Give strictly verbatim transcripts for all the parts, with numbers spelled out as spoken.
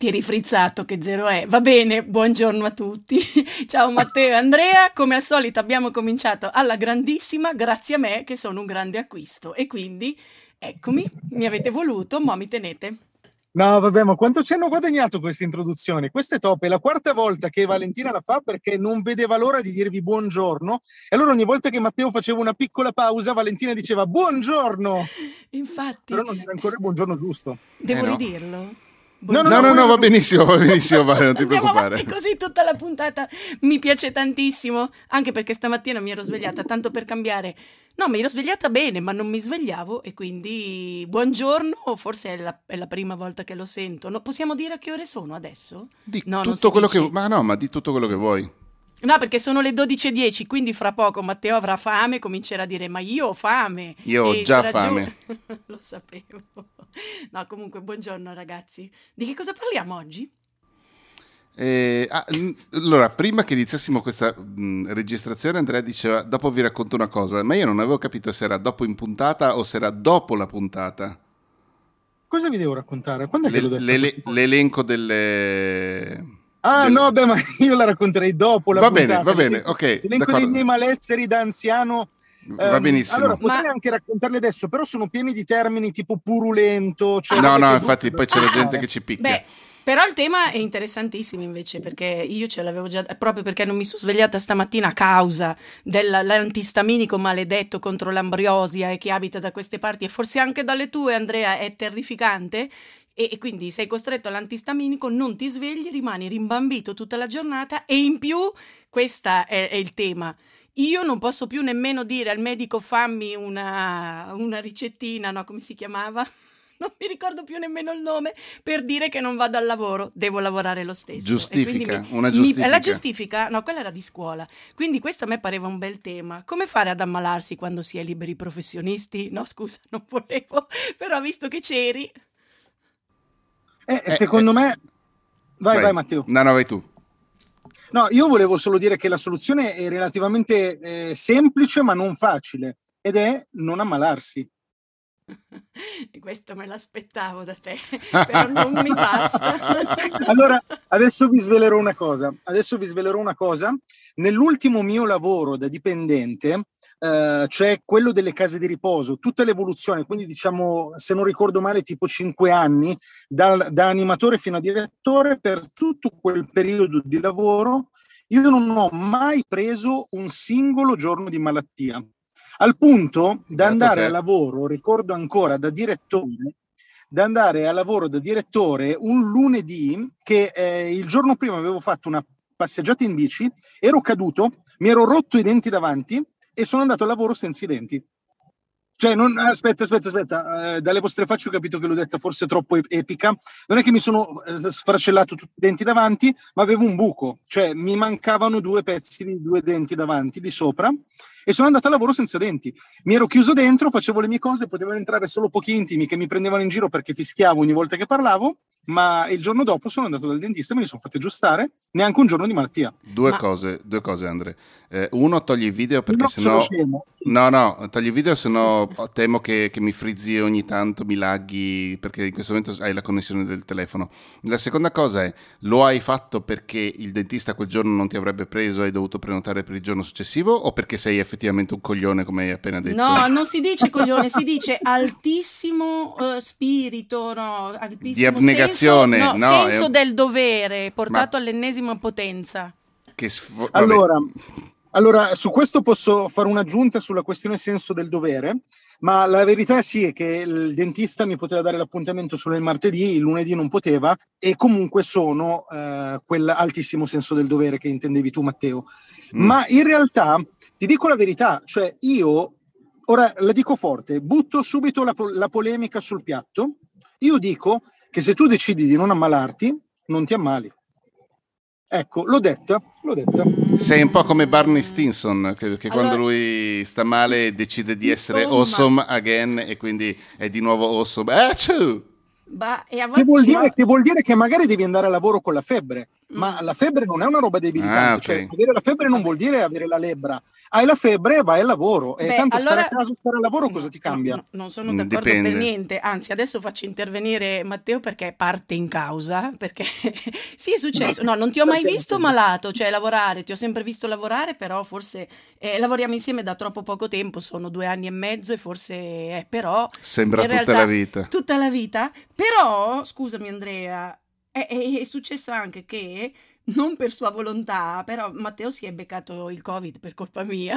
Ti eri frizzato, che zero è. Va bene, buongiorno a tutti. Ciao Matteo e Andrea, come al solito abbiamo cominciato alla grandissima, grazie a me che sono un grande acquisto. E quindi, eccomi, mi avete voluto, ma mi tenete. No, vabbè, ma quanto ci hanno guadagnato questa introduzione? Questa è top, è la quarta volta che Valentina la fa perché non vedeva l'ora di dirvi buongiorno. E allora ogni volta che Matteo faceva una piccola pausa, Valentina diceva buongiorno. Infatti. Però non era ancora il buongiorno giusto. Devo Eh no. ridirlo? No, no, no, no, va benissimo, va benissimo, vale, non ti Andiamo preoccupare. avanti così tutta la puntata, mi piace tantissimo, anche perché stamattina mi ero svegliata, tanto per cambiare, no, mi ero svegliata bene, ma non mi svegliavo e quindi buongiorno, forse è la, è la prima volta che lo sento, no, possiamo dire a che ore sono adesso? Di No, non si tutto quello dice. che ma no, ma di tutto quello che vuoi. No, perché sono le dodici e dieci, quindi fra poco Matteo avrà fame, comincerà a dire ma io ho fame. Io ho E già sarà giù- fame. Lo sapevo. No, comunque buongiorno ragazzi. Di che cosa parliamo oggi? Eh, ah, n- allora, prima che iniziassimo questa mh, registrazione, Andrea diceva dopo vi racconto una cosa, ma io non avevo capito se era dopo in puntata o se era dopo la puntata. Cosa vi devo raccontare? Quando è che Le- l'ho detto? le- questa cosa? l'elenco delle... Ah, delle- no, beh, ma io la racconterei dopo la Va puntata. bene, va bene, L'elenco- ok, L'elenco d'accordo. dei miei malesseri da anziano. Va ehm, benissimo. Allora, potrei Ma- anche raccontarli adesso, però sono pieni di termini tipo purulento. Cioè No, robe no, che infatti brutto poi da c'è la ascoltare. gente che ci picchia. Beh, però il tema è interessantissimo invece perché io ce l'avevo già, proprio perché non mi sono svegliata stamattina a causa dell'antistaminico maledetto contro l'ambriosia e chi abita da queste parti e forse anche dalle tue, Andrea, è terrificante. E, e quindi sei costretto all'antistaminico, non ti svegli, rimani rimbambito tutta la giornata e in più, questo è, è il tema, io non posso più nemmeno dire al medico fammi una, una ricettina, no, come si chiamava? Non mi ricordo più nemmeno il nome, per dire che non vado al lavoro, devo lavorare lo stesso. Giustifica, E quindi mi- una mi- giustifica. la giustifica, no, quella era di scuola. Quindi questo a me pareva un bel tema. Come fare ad ammalarsi quando si è liberi professionisti? No, scusa, non volevo, però visto che c'eri... Eh, Eh, secondo eh. me... Vai, vai, Matteo. No, no, vai tu. No, io volevo solo dire che la soluzione è relativamente eh, semplice ma non facile ed è non ammalarsi. E questo me l'aspettavo da te, però non mi basta. Allora, adesso vi svelerò una cosa. Adesso vi svelerò una cosa. Nell'ultimo mio lavoro da dipendente, eh, cioè quello delle case di riposo, tutta l'evoluzione, quindi diciamo, se non ricordo male, tipo cinque anni, da, da animatore fino a direttore, per tutto quel periodo di lavoro, io non ho mai preso un singolo giorno di malattia. Al punto da Beato andare te. a lavoro, ricordo ancora da direttore, da andare a lavoro da direttore un lunedì che eh, il giorno prima avevo fatto una passeggiata in bici, ero caduto, mi ero rotto i denti davanti e sono andato a lavoro senza i denti. Cioè, non, aspetta, aspetta, aspetta, eh, dalle vostre facce ho capito che l'ho detta forse troppo epica. Non è che mi sono eh, sfracellato tutti i denti davanti, ma avevo un buco, cioè mi mancavano due pezzi di due denti davanti, di sopra, e sono andato a lavoro senza denti. Mi ero chiuso dentro, facevo le mie cose, potevano entrare solo pochi intimi che mi prendevano in giro perché fischiavo ogni volta che parlavo, ma il giorno dopo sono andato dal dentista e me li sono fatti aggiustare, neanche un giorno di malattia. Due Ma- cose, due cose, Andre. Eh, uno, togli il video perché No, sennò... sono scemo. No, no, togli il video, sennò temo che, che mi frizzi ogni tanto, mi laghi, perché in questo momento hai la connessione del telefono. La seconda cosa è, lo hai fatto perché il dentista quel giorno non ti avrebbe preso e hai dovuto prenotare per il giorno successivo o perché sei effettivamente un coglione, come hai appena detto? No, non si dice coglione, si dice altissimo eh, spirito, no, altissimo Di abnegazione, senso, no, no, senso è- del dovere portato Ma- all'ennesima potenza. Che sfo- vabbè. Allora, allora, su questo posso fare un'aggiunta sulla questione senso del dovere, ma la verità sì è che il dentista mi poteva dare l'appuntamento solo il martedì, il lunedì non poteva, e comunque sono eh, quell'altissimo senso del dovere che intendevi tu, Matteo. Mm. Ma in realtà, ti dico la verità, cioè io, ora la dico forte, butto subito la, po- la polemica sul piatto, io dico che se tu decidi di non ammalarti, non ti ammali. Ecco, l'ho detta, l'ho detta. Sei un po' come Barney Stinson, che, che Allora- quando lui sta male decide di essere Insomma. awesome again e quindi è di nuovo awesome. Achoo! Bah, e a Che vuol, volte- dire, che vuol dire che magari devi andare a lavoro con la febbre. ma la febbre non è una roba debilitante, Ah, ok. cioè avere la febbre non vuol dire avere la lebbra, hai la febbre vai al lavoro, e Beh, tanto stare allora a casa o stare al lavoro cosa no, ti no, cambia? no, non sono Mm, d'accordo per Dipende. niente, anzi adesso faccio intervenire Matteo perché è parte in causa, perché sì è successo, no, non ti ho mai Perché la visto febbre? malato, cioè lavorare, ti ho sempre visto lavorare, però forse eh, lavoriamo insieme da troppo poco tempo, sono due anni e mezzo e forse è però Sembra in tutta realtà la vita. tutta la vita, però scusami Andrea, è, è, è successo anche che non per sua volontà, però Matteo si è beccato il Covid per colpa mia.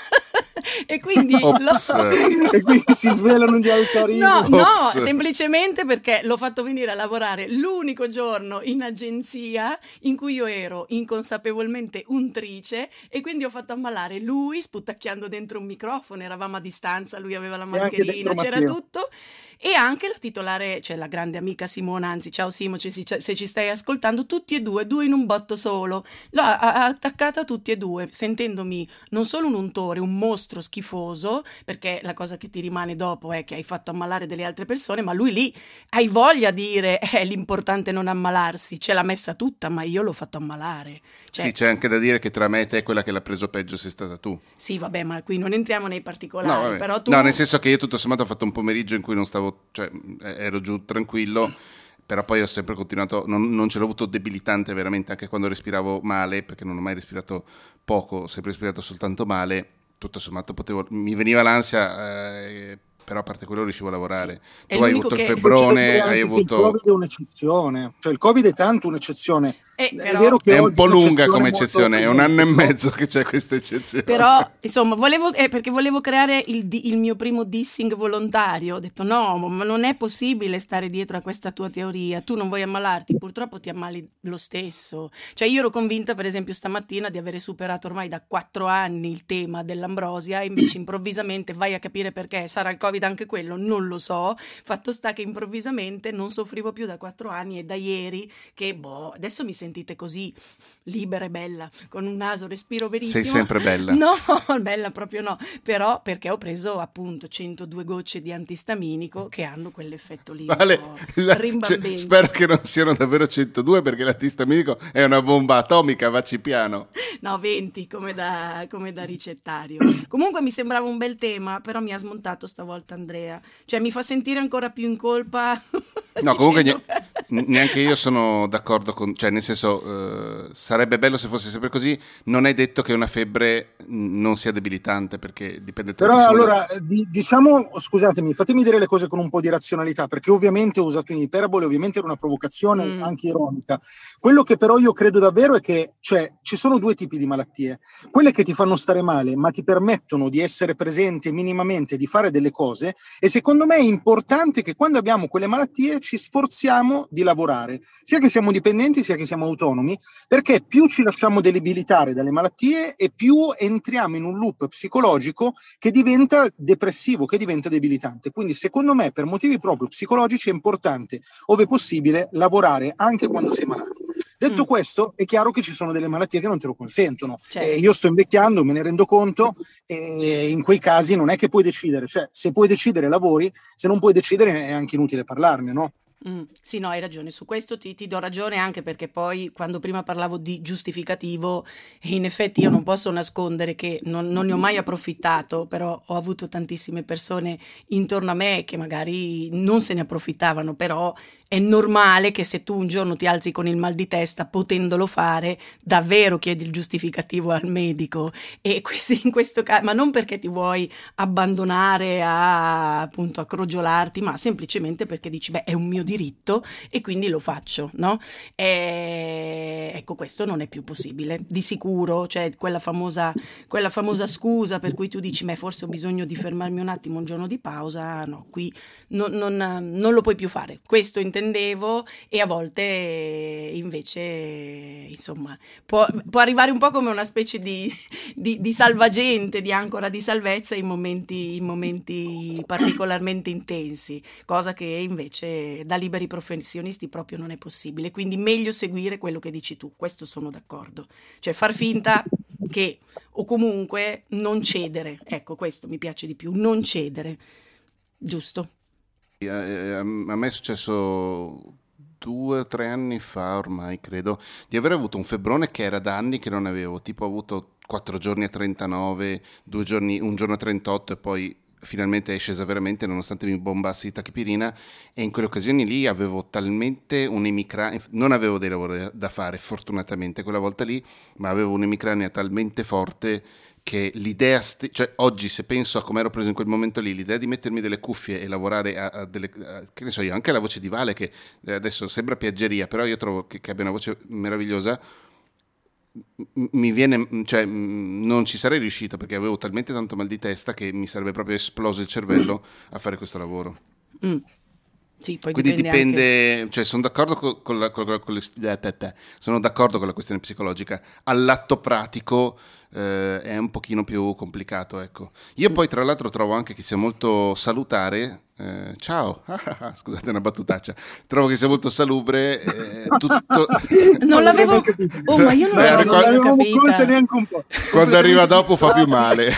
E quindi lo... Ops. E quindi si svelano gli altarini. No, no, Ops. semplicemente perché l'ho fatto venire a lavorare l'unico giorno in agenzia in cui io ero inconsapevolmente untrice e quindi ho fatto ammalare lui sputacchiando dentro un microfono, eravamo a distanza, lui aveva la E anche dentro mascherina, c'era Matteo. tutto. E anche la titolare, cioè la grande amica Simona, anzi ciao Simo, se se ci stai ascoltando, tutti e due, due in un botto solo, l'ho a- a- attaccata tutti e due, sentendomi non solo un untore, un mostro schifoso, perché la cosa che ti rimane dopo è che hai fatto ammalare delle altre persone, ma lui lì hai voglia di dire, è l'importante non ammalarsi, ce l'ha messa tutta, ma io l'ho fatto ammalare. Cioè, Sì, c'è anche da dire che tra me e te quella che l'ha preso peggio sei stata tu. sì, vabbè, ma qui non entriamo nei No, particolari, vabbè. però tu... No, nel senso che io tutto sommato ho fatto un pomeriggio in cui non stavo, cioè eh, ero giù tranquillo, però poi ho sempre continuato, non, non ce l'ho avuto debilitante veramente, anche quando respiravo male, perché non ho mai respirato poco, ho sempre respirato soltanto male, tutto sommato potevo, mi veniva l'ansia, eh, però a parte quello riuscivo a lavorare. È Tu hai l'unico avuto il che- Devo febbrone, dire hai anche che il avuto... Covid è un'eccezione, cioè il Covid è tanto un'eccezione. Eh, È però- vero che È un oggi po' lunga un'eccezione come molto eccezione, è un anno e presente, mezzo che c'è questa eccezione. Però, insomma, volevo, eh, perché volevo creare il, di- il mio primo dissing volontario. Ho detto no, ma non è possibile stare dietro a questa tua teoria. Tu non vuoi ammalarti, purtroppo ti ammali lo stesso. Cioè io ero convinta, per esempio, stamattina di avere superato ormai da quattro anni il tema dell'ambrosia e invece improvvisamente vai a capire perché. Sarà il Covid anche quello? Non lo so. Fatto sta che improvvisamente non soffrivo più da quattro anni e da ieri che, boh, adesso mi sentite così libera e bella, con un naso, respiro benissimo. Sei sempre bella. No, bella proprio no, però perché ho preso appunto centodue gocce di antistaminico che hanno quell'effetto lì un Vale, po' la- rimbambente. cioè, spero che non siano davvero centodue perché l'antistaminico è una bomba atomica, vacci piano. No, venti come da, come da ricettario. Comunque mi sembrava un bel tema, però mi ha smontato stavolta Andrea. Cioè mi fa sentire ancora più in colpa. No, comunque dicendo- ne- neanche io sono d'accordo con, cioè nel senso eh, sarebbe bello se fosse sempre così, non è detto che una febbre mh, non sia debilitante perché dipende Però tantissimo da- allora, eh, di- diciamo, scusatemi, fatemi dire le cose con un po' di razionalità, perché ovviamente ho usato un'iperbole, ovviamente era una provocazione Mm. anche ironica. Quello che però io credo davvero è che, cioè, ci sono due tipi di malattie. Quelle che ti fanno stare male, ma ti permettono di essere presente minimamente, di fare delle cose, e secondo me è importante che quando abbiamo quelle malattie ci sforziamo di lavorare, sia che siamo dipendenti, sia che siamo autonomi, perché più ci lasciamo debilitare dalle malattie e più entriamo in un loop psicologico che diventa depressivo, che diventa debilitante. Quindi secondo me per motivi proprio psicologici è importante, ove possibile, lavorare anche quando sei malato. Detto Mm. questo, è chiaro che ci sono delle malattie che non te lo consentono. Certo. Eh, io sto invecchiando, me ne rendo conto, e in quei casi non è che puoi decidere, cioè se puoi decidere lavori, se non puoi decidere è anche inutile parlarne, no? Mm, sì, no, hai ragione, su questo ti, ti do ragione anche perché poi quando prima parlavo di giustificativo, in effetti io non posso nascondere che non, non ne ho mai approfittato, però ho avuto tantissime persone intorno a me che magari non se ne approfittavano, però è normale che se tu un giorno ti alzi con il mal di testa, potendolo fare, davvero chiedi il giustificativo al medico e questi, in questo caso, ma non perché ti vuoi abbandonare a appunto a crogiolarti, ma semplicemente perché dici beh è un mio diritto e quindi lo faccio, no? E ecco, questo non è più possibile, di sicuro, cioè quella famosa, quella famosa scusa per cui tu dici beh forse ho bisogno di fermarmi un attimo, un giorno di pausa, no, qui non, non, non lo puoi più fare, questo intendevo e a volte invece insomma può, può arrivare un po' come una specie di, di, di salvagente, di ancora di salvezza in momenti, in momenti particolarmente intensi, cosa che invece da liberi professionisti proprio non è possibile, quindi meglio seguire quello che dici tu, questo sono d'accordo, cioè far finta che o comunque non cedere, ecco questo mi piace di più, non cedere, giusto? Eh, A me è successo due o tre anni fa ormai, credo, di aver avuto un febbrone che era da anni che non avevo, tipo ho avuto quattro giorni a trentanove, due giorni, un giorno a trentotto e poi finalmente è scesa veramente nonostante mi bombassi di tachipirina, e in quelle occasioni lì avevo talmente un'emicrania, non avevo dei lavori da fare fortunatamente quella volta lì, ma avevo un'emicrania talmente forte che l'idea, st- cioè oggi se penso a come ero preso in quel momento lì, l'idea di mettermi delle cuffie e lavorare a, a delle, a, che ne so io, anche la voce di Vale che adesso sembra piaggeria, però io trovo che, che abbia una voce meravigliosa, mi viene, cioè non ci sarei riuscito perché avevo talmente tanto mal di testa che mi sarebbe proprio esploso il cervello a fare questo lavoro. Mm. Sì, poi quindi dipende, dipende anche... cioè sono d'accordo con, con la, con la, con le, sono d'accordo con la questione psicologica, all'atto pratico eh, è un pochino più complicato, ecco. Io poi tra l'altro trovo anche che sia molto salutare, eh, ciao, scusate una battutaccia, trovo che sia molto salubre eh, tutto... non l'avevo oh ma io non Beh, l'avevo quando... capita neanche un po'. Quando arriva dopo fa più male.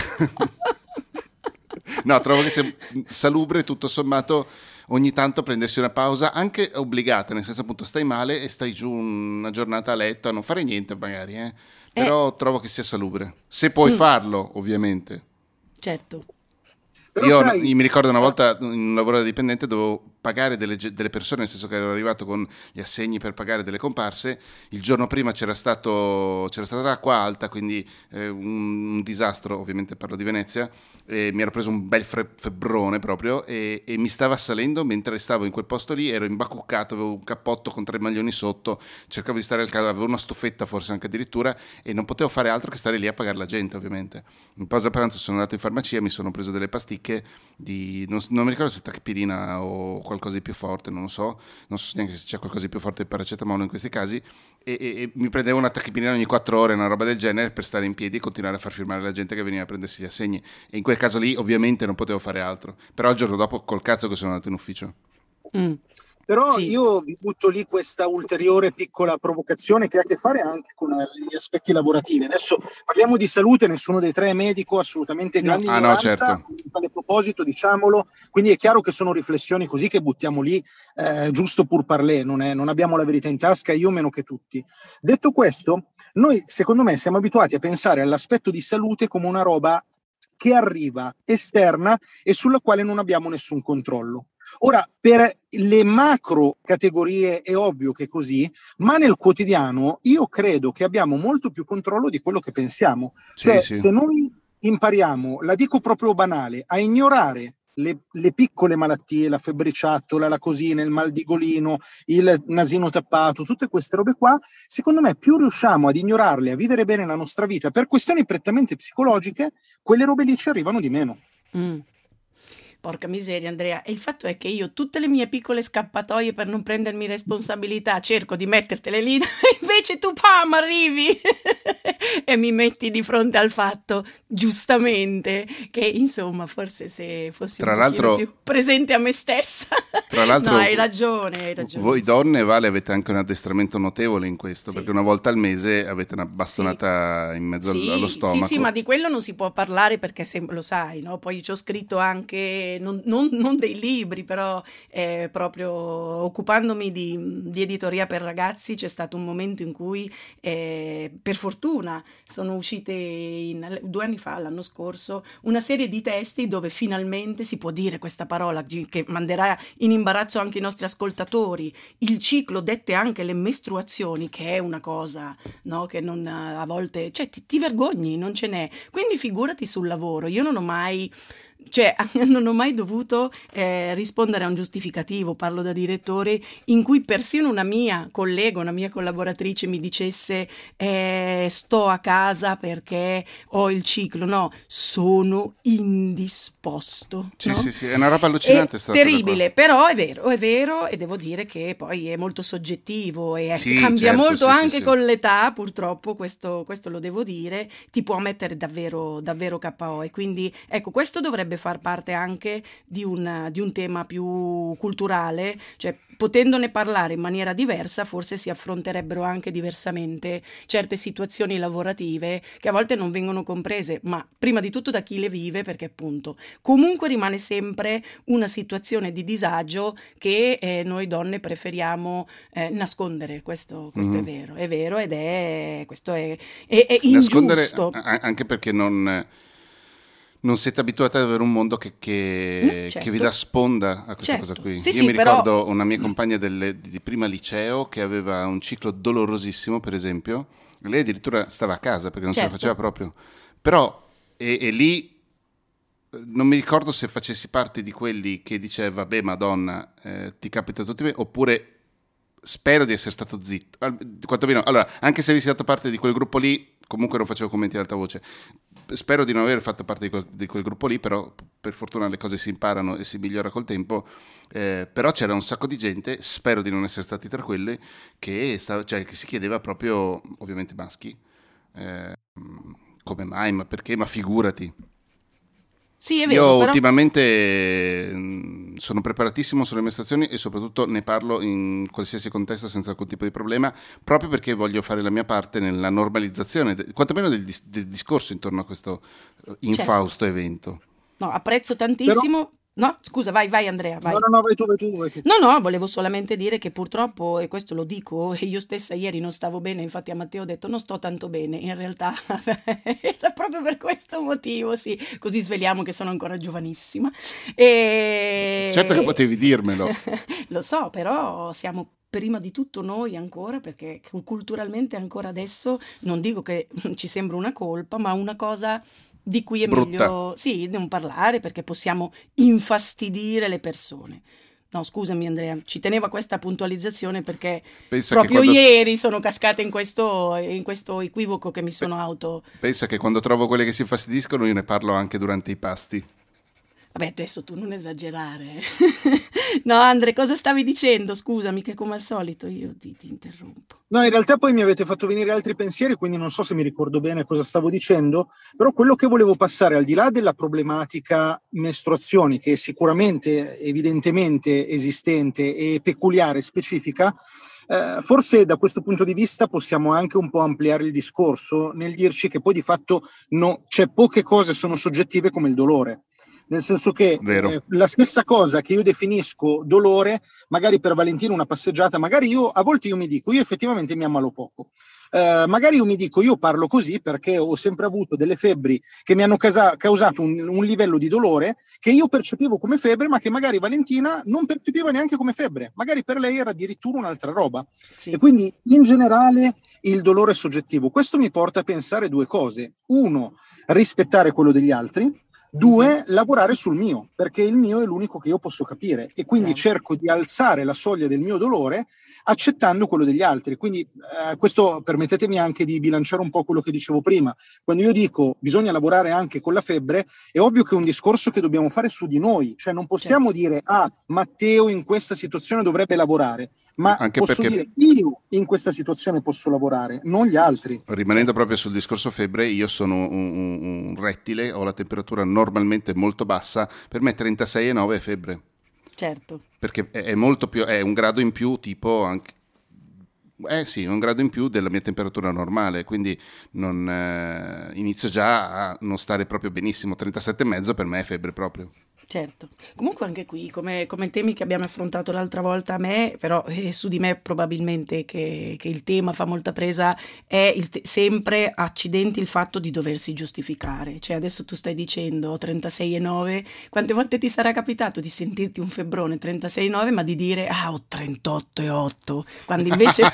No, trovo che sia salubre tutto sommato ogni tanto prendersi una pausa, anche obbligata, nel senso appunto stai male e stai giù una giornata a letto a non fare niente magari, eh? Però eh. trovo che sia salubre, se puoi mm. farlo ovviamente. Certo. Però io, sai... io mi ricordo una volta in un lavoro da dipendente dovevo pagare delle, delle persone, nel senso che ero arrivato con gli assegni per pagare delle comparse, il giorno prima c'era stato c'era stata l'acqua alta, quindi eh, un, un disastro, ovviamente parlo di Venezia, e mi ero preso un bel fre- febbrone proprio e, e mi stava salendo mentre stavo in quel posto lì, ero imbacuccato, avevo un cappotto con tre maglioni sotto, cercavo di stare al caldo, avevo una stufetta forse anche addirittura e non potevo fare altro che stare lì a pagare la gente ovviamente. In pausa pranzo sono andato in farmacia, mi sono preso delle pasticche di, non, non mi ricordo se tachipirina o qualcosa di più forte, non lo so, non so neanche se c'è qualcosa di più forte di paracetamolo in questi casi, e, e, e mi prendevo una tachipirina ogni quattro ore, una roba del genere, per stare in piedi e continuare a far firmare la gente che veniva a prendersi gli assegni, e in quel caso lì ovviamente non potevo fare altro, però il giorno dopo col cazzo che sono andato in ufficio. Mm. Però sì. io vi butto lì questa ulteriore piccola provocazione che ha a che fare anche con gli aspetti lavorativi. Adesso parliamo di salute, nessuno dei tre è medico, assolutamente grande no. ignoranza, ah, no, certo. a tale proposito diciamolo, quindi è chiaro che sono riflessioni così che buttiamo lì eh, giusto pur parler, non, è, non abbiamo la verità in tasca, io meno che tutti. Detto questo, noi secondo me siamo abituati a pensare all'aspetto di salute come una roba che arriva esterna e sulla quale non abbiamo nessun controllo. Ora, per le macro categorie è ovvio che è così, ma nel quotidiano io credo che abbiamo molto più controllo di quello che pensiamo. Sì, cioè, sì. se noi impariamo, la dico proprio banale, a ignorare le, le piccole malattie, la febbriciattola, la cosina, il mal di golino, il nasino tappato, tutte queste robe qua, secondo me più riusciamo ad ignorarle, a vivere bene la nostra vita per questioni prettamente psicologiche, quelle robe lì ci arrivano di meno. Mm. Porca miseria, Andrea, e il fatto è che io tutte le mie piccole scappatoie per non prendermi responsabilità cerco di mettertele lì, invece tu pam arrivi e mi metti di fronte al fatto, giustamente, che insomma forse se fossi tra un l'altro, pochino più presente a me stessa. Tra l'altro, no, hai ragione, hai ragione. Voi donne, Vale, avete anche un addestramento notevole in questo, sì. Perché una volta al mese avete una bastonata sì. in mezzo sì, allo stomaco. Sì, sì, ma di quello non si può parlare perché se, lo sai, no? Poi ci ho scritto anche Non, non, non dei libri, però eh, proprio occupandomi di, di editoria per ragazzi c'è stato un momento in cui eh, per fortuna sono uscite in, due anni fa, l'anno scorso, una serie di testi dove finalmente si può dire questa parola che manderà in imbarazzo anche i nostri ascoltatori, il ciclo, dette anche le mestruazioni, che è una cosa, no, che non a volte, cioè ti, ti vergogni, non ce n'è, quindi figurati sul lavoro. Io non ho mai Cioè, non ho mai dovuto eh, rispondere a un giustificativo, parlo da direttore, in cui persino una mia collega, una mia collaboratrice mi dicesse eh, sto a casa perché ho il ciclo. No, sono indisposto. Sì, no? sì, sì, è una roba allucinante. È terribile, però è vero, è vero, e devo dire che poi è molto soggettivo e sì, cambia certo, molto sì, anche sì, con sì. l'età, purtroppo, questo, questo lo devo dire, ti può mettere davvero, davvero K O, e quindi ecco, questo dovrebbe potrebbe far parte anche di un, di un tema più culturale, cioè potendone parlare in maniera diversa forse si affronterebbero anche diversamente certe situazioni lavorative che a volte non vengono comprese, ma prima di tutto da chi le vive, perché appunto comunque rimane sempre una situazione di disagio che eh, noi donne preferiamo eh, nascondere, questo, questo Mhm. è vero, è vero ed è, questo è, è, è Nascondere ingiusto. a- anche perché non, non siete abituati ad avere un mondo che, Mm, che- che vi certo, dà sponda a questa cosa certo, qui. sì Io mi sì, però ricordo una mia compagna del- di prima liceo che aveva un ciclo dolorosissimo, per esempio. Lei addirittura stava a casa perché non ce la faceva certo, proprio. Però, e, e lì eh, non mi ricordo se facessi parte di quelli che diceva, vabbè, Madonna, eh, ti capita tutti me, oppure spero di essere stato zitto. Al- Quantomeno, allora, anche se avessi fatto parte di quel gruppo lì, comunque non facevo commenti ad alta voce. Spero di non aver fatto parte di quel, di quel gruppo lì, però per fortuna le cose si imparano e si migliora col tempo. Eh, però c'era un sacco di gente, spero di non essere stati tra quelli, che, stava- cioè, che si chiedeva proprio, ovviamente maschi, eh, come mai, ma perché, ma figurati. sì è Io vero, però ultimamente mh, sono preparatissimo sulle menstruazioni e soprattutto ne parlo in qualsiasi contesto senza alcun tipo di problema, proprio perché voglio fare la mia parte nella normalizzazione, de- quantomeno del, dis- del discorso intorno a questo eh, certo, infausto evento. no, apprezzo Però, tantissimo. No, scusa, vai, vai Andrea, no, vai. no, no, vai tu, vai tu, vai tu. No, no, volevo solamente dire che purtroppo, e questo lo dico, e io stessa ieri non stavo bene, infatti a Matteo ho detto non sto tanto bene, in realtà era proprio per questo motivo, sì, così sveliamo che sono ancora giovanissima. Certo che E... potevi dirmelo. Lo so, però siamo prima di tutto noi ancora, perché cu- culturalmente ancora adesso, non dico che ci sembra una colpa, ma una cosa di cui è Brutta. meglio, sì, non parlare, perché possiamo infastidire le persone. No, scusami Andrea, ci tenevo a questa puntualizzazione perché Pensa che proprio quando, ieri sono cascata in questo, in questo equivoco che mi pe- sono auto... pensa che quando trovo quelle che si infastidiscono io ne parlo anche durante i pasti. Vabbè, adesso tu non esagerare. No, Andre, cosa stavi dicendo? Scusami, che come al solito io ti, ti interrompo. No, in realtà poi mi avete fatto venire altri pensieri, quindi non so se mi ricordo bene cosa stavo dicendo, però quello che volevo passare, al di là della problematica mestruazioni, che è sicuramente, evidentemente esistente e peculiare, specifica, eh, forse da questo punto di vista possiamo anche un po' ampliare il discorso nel dirci che poi di fatto no, c'è poche cose sono soggettive come il dolore. Nel senso che Vero. eh, la stessa cosa che io definisco dolore, magari per Valentino una passeggiata, magari io a volte io mi dico, io effettivamente mi ammalo poco. Eh, magari io mi dico, io parlo così perché ho sempre avuto delle febbri che mi hanno casa- causato un, un livello di dolore che io percepivo come febbre, ma che magari Valentina non percepiva neanche come febbre. Magari per lei era addirittura un'altra roba. E Sì, quindi in generale il dolore è soggettivo. Questo mi porta a pensare due cose. Uno, rispettare quello degli altri. mhm, Due, lavorare sul mio, perché il mio è l'unico che io posso capire e quindi bravo. cerco di alzare la soglia del mio dolore accettando quello degli altri. Quindi eh, questo permettetemi anche di bilanciare un po' quello che dicevo prima. Quando io dico bisogna lavorare anche con la febbre, è ovvio che è un discorso che dobbiamo fare su di noi, cioè non possiamo Certo. dire ah, Matteo in questa situazione dovrebbe lavorare, ma Anche posso perché dire io in questa situazione posso lavorare, non gli altri. rimanendo Certo, proprio sul discorso febbre, io sono un, un- un rettile, ho la temperatura normalmente molto bassa, per me trentasei e nove è febbre, certo. perché è, è molto più, è un grado in più tipo anche, eh sì, un grado in più della mia temperatura normale, quindi non, eh, inizio già a non stare proprio benissimo, trentasette e mezzo per me è febbre proprio. Certo, comunque anche qui, come, come temi che abbiamo affrontato l'altra volta a me, però eh, su di me probabilmente che, che il tema fa molta presa, è il te- sempre accidenti il fatto di doversi giustificare. Cioè adesso tu stai dicendo ho trentasei e nove, quante volte ti sarà capitato di sentirti un febbrone trentasei e nove ma di dire ah ho trentotto e otto, quando invece...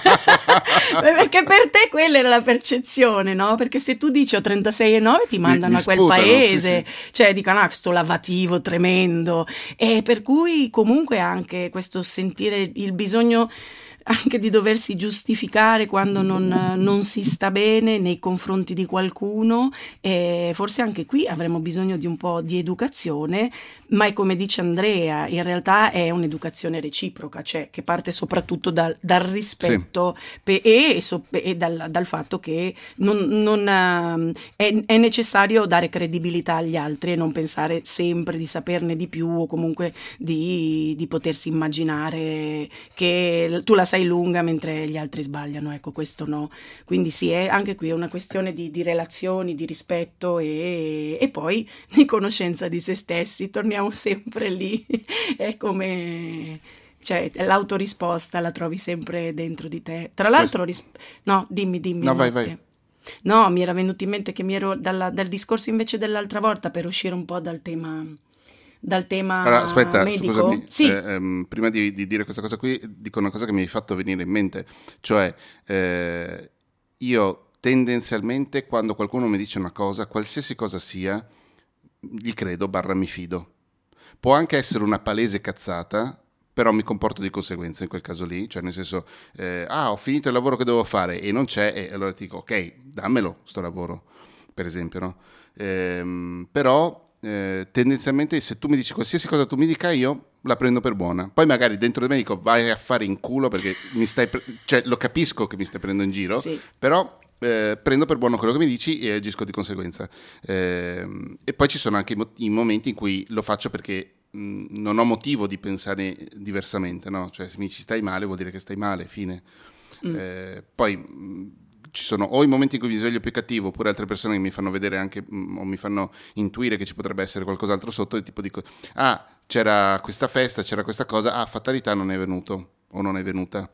Perché per te quella era la percezione, no? Perché se tu dici ho trentasei e nove ti Mi, mandano mi a quel sputano, sì paese, sì. cioè dicono ah sto lavativo tremendo, e per cui comunque anche questo sentire il bisogno anche di doversi giustificare quando non, non si sta bene nei confronti di qualcuno, e forse anche qui avremo bisogno di un po' di educazione, ma è come dice Andrea, in realtà è un'educazione reciproca, cioè che parte soprattutto dal, dal rispetto sì. pe, e, e dal, dal fatto che non, non, uh, è, è necessario dare credibilità agli altri e non pensare sempre di saperne di più o comunque di, di potersi immaginare che tu la sai lunga mentre gli altri sbagliano, ecco, questo no. Quindi sì, è anche qui è una questione di, di relazioni, di rispetto e, e poi di conoscenza di se stessi. Torniamo sempre lì, è come, cioè l'autorisposta la trovi sempre dentro di te. Tra l'altro, ris- no, dimmi, dimmi. No, vai, vai. No, mi era venuto in mente che mi ero dalla, dal discorso invece dell'altra volta, per uscire un po' dal tema dal tema allora, aspetta, medico. Scusami, sì. eh, ehm, prima di, di dire questa cosa qui, dico una cosa che mi hai fatto venire in mente, cioè eh, io tendenzialmente quando qualcuno mi dice una cosa, qualsiasi cosa sia, gli credo, barra mi fido. Può anche essere una palese cazzata, però mi comporto di conseguenza in quel caso lì, cioè nel senso, eh, ah, ho finito il lavoro che devo fare e non c'è, e allora ti dico, ok, dammelo sto lavoro, per esempio, no? Ehm, però eh, tendenzialmente se tu mi dici qualsiasi cosa tu mi dica, io la prendo per buona. Poi magari dentro di me dico, vai a fare in culo perché mi stai, pre- cioè lo capisco che mi stai prendendo in giro, sì. però... Eh, prendo per buono quello che mi dici e agisco di conseguenza, eh, e poi ci sono anche i, mo- i momenti in cui lo faccio perché mh, non ho motivo di pensare diversamente, no? Cioè se mi ci stai male vuol dire che stai male, fine. mm. eh, poi mh, ci sono o i momenti in cui mi sveglio più cattivo oppure altre persone che mi fanno vedere anche mh, o mi fanno intuire che ci potrebbe essere qualcos'altro sotto e tipo dico, ah, c'era questa festa, c'era questa cosa, ah, fatalità non è venuto o non è venuta.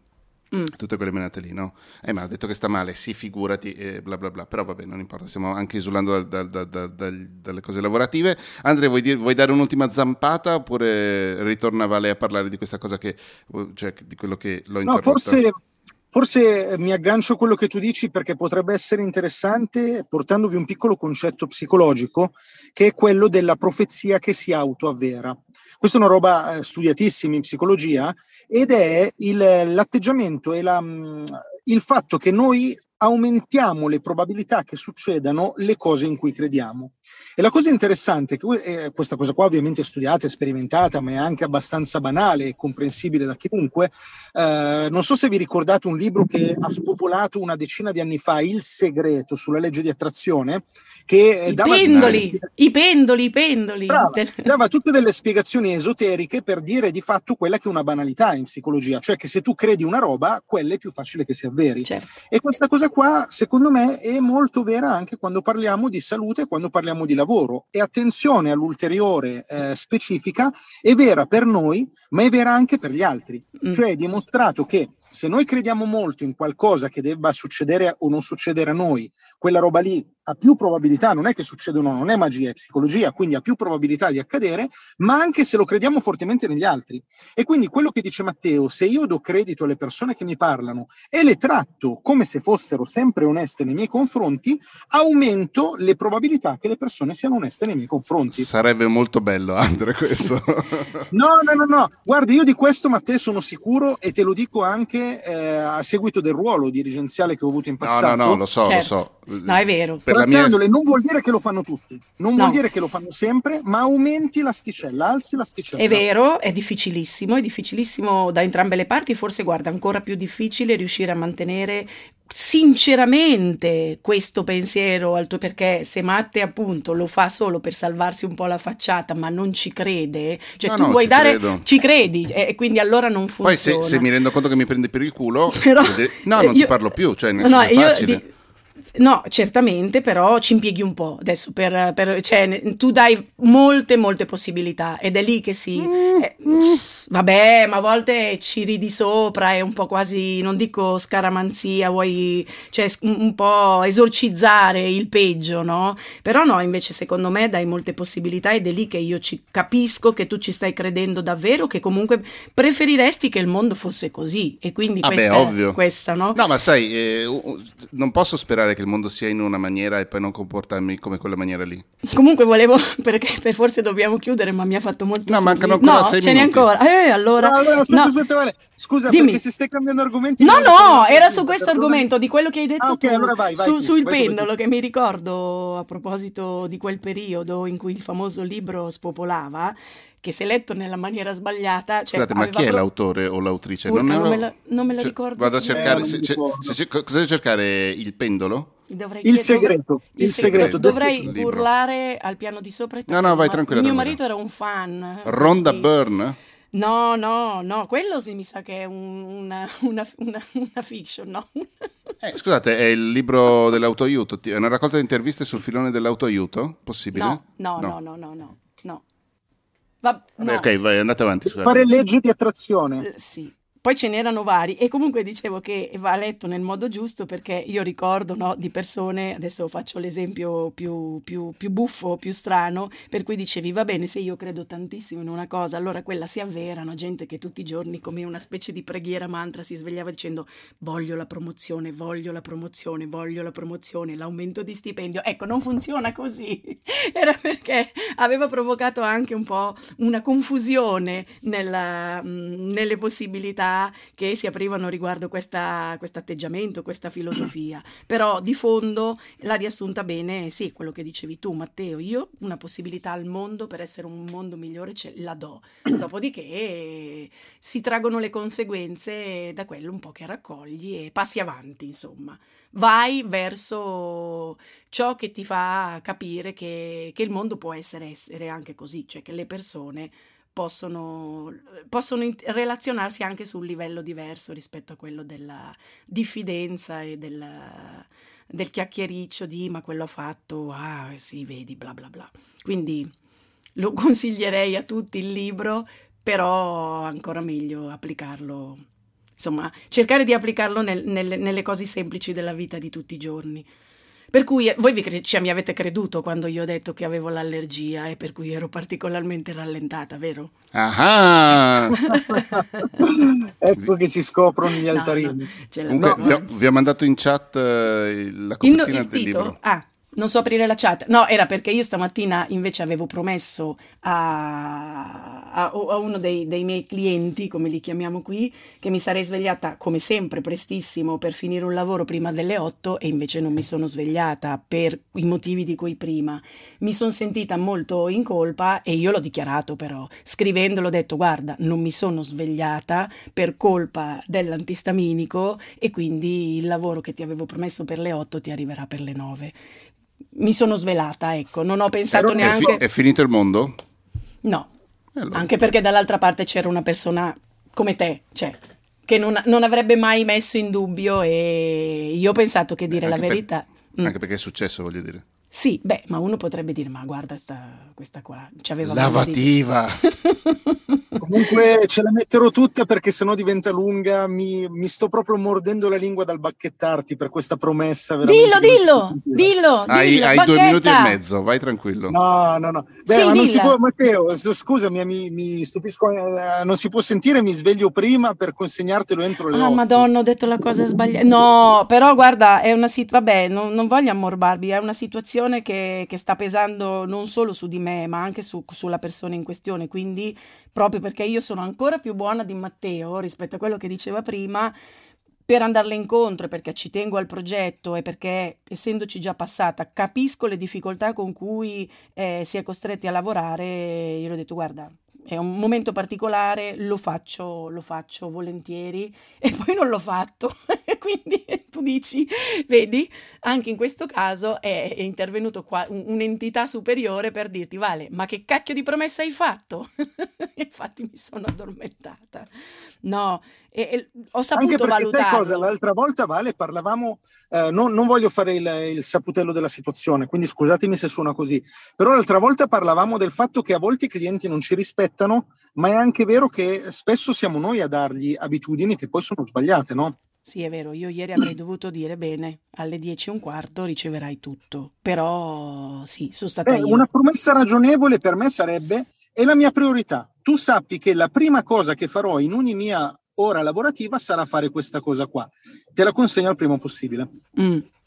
Mm. Tutte quelle menate lì, no? Eh, ma ha detto che sta male, sì, figurati, e bla bla bla. Però vabbè, non importa, stiamo anche esulando da, da, da, da, dalle cose lavorative. Andrea, vuoi, dir, vuoi dare un'ultima zampata oppure ritorna Vale a parlare di questa cosa che, cioè di quello che l'ho interrotta? No, forse, forse mi aggancio a quello che tu dici perché potrebbe essere interessante portandovi un piccolo concetto psicologico che è quello della profezia che si autoavvera. Questa è una roba studiatissima in psicologia ed è il, l'atteggiamento e la, il fatto che noi aumentiamo le probabilità che succedano le cose in cui crediamo. E la cosa interessante è che eh, questa cosa qua ovviamente è studiata, è sperimentata, ma è anche abbastanza banale e comprensibile da chiunque. Eh, non so se vi ricordate un libro che ha spopolato una decina di anni fa, Il segreto sulla legge di attrazione, che I dava pendoli, tutte... i pendoli, i pendoli. Brava, dava tutte delle spiegazioni esoteriche per dire di fatto quella che è una banalità in psicologia, cioè che se tu credi una roba, quella è più facile che si avveri. Certo. E questa cosa qua, secondo me, è molto vera anche quando parliamo di salute, quando parliamo di lavoro. E attenzione all'ulteriore eh, specifica, è vera per noi, ma è vera anche per gli altri. Mm. Cioè è dimostrato che se noi crediamo molto in qualcosa che debba succedere o non succedere a noi, quella roba lì ha più probabilità, non è che succede o no, non è magia, è psicologia, quindi ha più probabilità di accadere, ma anche se lo crediamo fortemente negli altri. E quindi quello che dice Matteo, se io do credito alle persone che mi parlano e le tratto come se fossero sempre oneste nei miei confronti, aumento le probabilità che le persone siano oneste nei miei confronti. Sarebbe molto bello, Andrea, questo. No, no, no, no. Guarda, io di questo, Matteo, sono sicuro e te lo dico anche eh, a seguito del ruolo dirigenziale che ho avuto in passato. No, no, no, lo so, certo. lo so. No, è vero. Per la mia... non vuol dire che lo fanno tutti, non no. vuol dire che lo fanno sempre, ma aumenti l'asticella, alzi l'asticella. È vero, è difficilissimo, è difficilissimo da entrambe le parti, forse guarda, ancora più difficile riuscire a mantenere sinceramente questo pensiero al tuo, perché se Matte appunto lo fa solo per salvarsi un po' la facciata ma non ci crede, cioè no, tu no, vuoi ci dare credo. ci credi e quindi allora non funziona. Poi se, se mi rendo conto che mi prende per il culo però, no non io, ti parlo più, cioè nel no, senso è facile. Io di, No, certamente, però ci impieghi un po' adesso per, per cioè tu dai molte molte possibilità ed è lì che si eh, vabbè, ma a volte ci ridi sopra, è un po' quasi, non dico scaramanzia, vuoi cioè un, un po' esorcizzare il peggio, no? Però no, invece secondo me dai molte possibilità ed è lì che io ci capisco che tu ci stai credendo davvero, che comunque preferiresti che il mondo fosse così e quindi ah questa beh, ovvio. È questa, no? No, ma sai, eh, non posso sperare che il mondo sia in una maniera e poi non comportarmi come quella maniera lì. Comunque volevo, perché per forse dobbiamo chiudere, ma mi ha fatto molto No, sorridere. mancano ancora no, sei ce n'è minuti. ancora. Eh, allora... No, allora, aspetta, no. aspetta, vale. Scusa, Dimmi. perché se stai cambiando argomenti... No, non no, hai era detto su questo niente, argomento, di quello che hai detto Ah, ok, tu, allora vai, vai su, tu, sul vai tu, vai tu. pendolo, che mi ricordo a proposito di quel periodo in cui il famoso libro spopolava, che se letto nella maniera sbagliata... Cioè, Scusate, ma aveva chi è pro- l'autore o l'autrice? Urca, non, ero- me la, non me la cioè, ricordo. Vado a più. cercare... Eh, non se- mi se- ricordo. se- se- cosa devo cercare? Il pendolo? Dovrei Il chied- segreto, il il segreto. segreto. Dovrei Il libro. urlare al piano di sopra. e No, no, vai ma- tranquilla, Mio tranquilla. marito era un fan. Rhonda quindi- Byrne? No, no, no, quello sì, mi sa che è un- una, una, una, una fiction, no? Eh, scusate, è il libro dell'autoaiuto? È una raccolta di interviste sul filone dell'autoaiuto? Possibile? No, no, no, no, no, no, no. Va- Vabbè, no. ok, vai, andate avanti. Scusate. Fare legge di attrazione. Eh, Sì. Poi ce n'erano vari e comunque dicevo che va letto nel modo giusto perché io ricordo, no, di persone, adesso faccio l'esempio più, più, più buffo, più strano, per cui dicevi va bene, se io credo tantissimo in una cosa, allora quella si avvera, no? Gente che tutti i giorni come una specie di preghiera mantra si svegliava dicendo voglio la promozione, voglio la promozione, voglio la promozione, l'aumento di stipendio. Ecco, non funziona così. Era perché aveva provocato anche un po' una confusione nella, mh, nelle possibilità che si aprivano riguardo questa, questo atteggiamento, questa filosofia. Però di fondo l'ha riassunta bene, sì, quello che dicevi tu, Matteo. Io una possibilità al mondo per essere un mondo migliore ce la do. Dopodiché si traggono le conseguenze da quello un po' che raccogli e passi avanti, insomma. Vai verso ciò che ti fa capire che, che il mondo può essere, essere anche così, cioè che le persone possono, possono in- relazionarsi anche su un livello diverso rispetto a quello della diffidenza e del, del chiacchiericcio di ma quello ha fatto, ah sì, vedi, bla bla bla. Quindi lo consiglierei a tutti il libro, però ancora meglio applicarlo, insomma, cercare di applicarlo nel- nelle, nelle cose semplici della vita di tutti i giorni. Per cui eh, voi vi cre- cioè, mi avete creduto quando io ho detto che avevo l'allergia e per cui ero particolarmente rallentata, vero? Ah! Ecco che si scoprono gli No, altarini. no, ce Comunque, l'avevo, vi ho, anzi. vi ho mandato in chat eh, la Il, copertina il del titolo? libro. Ah, non so aprire la chat. No, era perché io stamattina invece avevo promesso a, a- a uno dei, dei miei clienti, come li chiamiamo qui, che mi sarei svegliata come sempre prestissimo per finire un lavoro prima delle otto e invece non mi sono svegliata per i motivi di cui prima. Mi sono sentita molto in colpa e io l'ho dichiarato però, scrivendolo ho detto guarda, non mi sono svegliata per colpa dell'antistaminico e quindi il lavoro che ti avevo promesso per le otto ti arriverà per le nove. Mi sono svelata, ecco, non ho pensato Ero- È, fi- neanche... è finito il mondo? No, E allora? anche perché dall'altra parte c'era una persona come te, cioè, che non, non avrebbe mai messo in dubbio e io ho pensato che dire la Anche per- verità... Mm. Anche perché è successo, voglio dire. Sì, beh, ma uno potrebbe dire, ma guarda sta, questa qua, c'aveva voglia di... Lavativa! Comunque ce la metterò tutta perché sennò diventa lunga. Mi, mi sto proprio mordendo la lingua dal bacchettarti per questa promessa. veramente Dillo, che non si può dillo, sentire. dillo, Hai, dillo, hai due bacchetta! minuti e mezzo, vai tranquillo. No, no, no. Beh, Sì, ma non si dilla. può, Matteo, s- scusami, mi, mi stupisco, eh, non si può sentire, mi sveglio prima per consegnartelo entro le Ah, otto. Madonna, ho detto la cosa sbagliata. No, però guarda, è una situazione, vabbè, non, non voglio ammorbarvi, è una situazione che, che sta pesando non solo su di me, ma anche su- sulla persona in questione. Quindi, proprio perché io sono ancora più buona di Matteo rispetto a quello che diceva prima, per andarle incontro e perché ci tengo al progetto e perché, essendoci già passata, capisco le difficoltà con cui eh, si è costretti a lavorare, io ho detto, guarda, è un momento particolare, lo faccio, lo faccio volentieri e poi non l'ho fatto. E quindi tu dici, vedi, anche in questo caso è, è intervenuto qua un- un'entità superiore per dirti, Vale, ma che cacchio di promessa hai fatto? Infatti mi sono addormentata. No, e, e ho Anche saputo perché sai cosa? valutarlo. L'altra volta, Vale, parlavamo, eh, non, non voglio fare il, il saputello della situazione, quindi scusatemi se suona così, però l'altra volta parlavamo del fatto che a volte i clienti non ci rispettano, ma è anche vero che spesso siamo noi a dargli abitudini che poi sono sbagliate, no? Sì, è vero, io ieri avrei dovuto dire bene, alle dieci e un quarto riceverai tutto, però sì, sono stata Eh, io. una promessa ragionevole per me sarebbe, è la mia priorità. Tu sappi che la prima cosa che farò in ogni mia ora lavorativa sarà fare questa cosa qua. Te la consegno al primo possibile. Mm.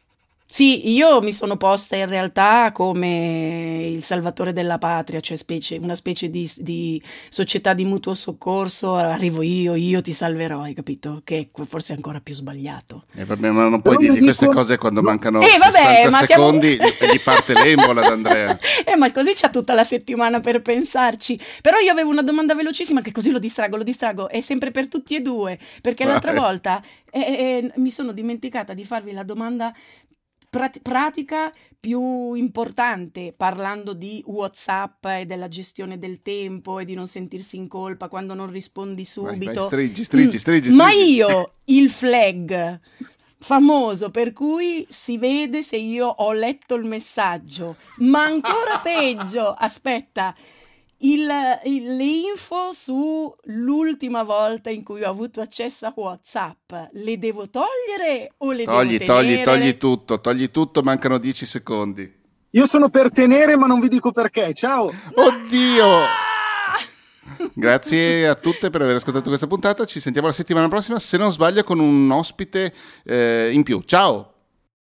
Sì, io mi sono posta in realtà come il salvatore della patria, cioè specie, una specie di, di società di mutuo soccorso, arrivo io, io ti salverò, hai capito? Che forse è ancora più sbagliato. Eh, vabbè, ma non puoi dirgli queste dico... cose quando mancano eh, vabbè, sessanta ma secondi siamo... e gli parte l'embola ad Andrea. Eh, ma così c'ha tutta la settimana per pensarci. Però io avevo una domanda velocissima che così lo distrago, lo distrago, è sempre per tutti e due, perché l'altra Vai. volta eh, eh, mi sono dimenticata di farvi la domanda prat- pratica più importante, parlando di WhatsApp e della gestione del tempo e di non sentirsi in colpa quando non rispondi Vai, vai, subito. stringi, stringi, Mm, stringi, Ma stringi. io il flag famoso per cui si vede se io ho letto il messaggio, ma ancora peggio, aspetta, il, il- le info sull'ultima volta in cui ho avuto accesso a WhatsApp, le devo togliere o le Togli, devo togli, tenere? togli tutto, togli tutto, mancano dieci secondi. Io sono per tenere, ma non vi dico perché. Ciao! Oddio! Ah! Grazie a tutte per aver ascoltato questa puntata, ci sentiamo la settimana prossima, se non sbaglio con un ospite eh, in più. Ciao!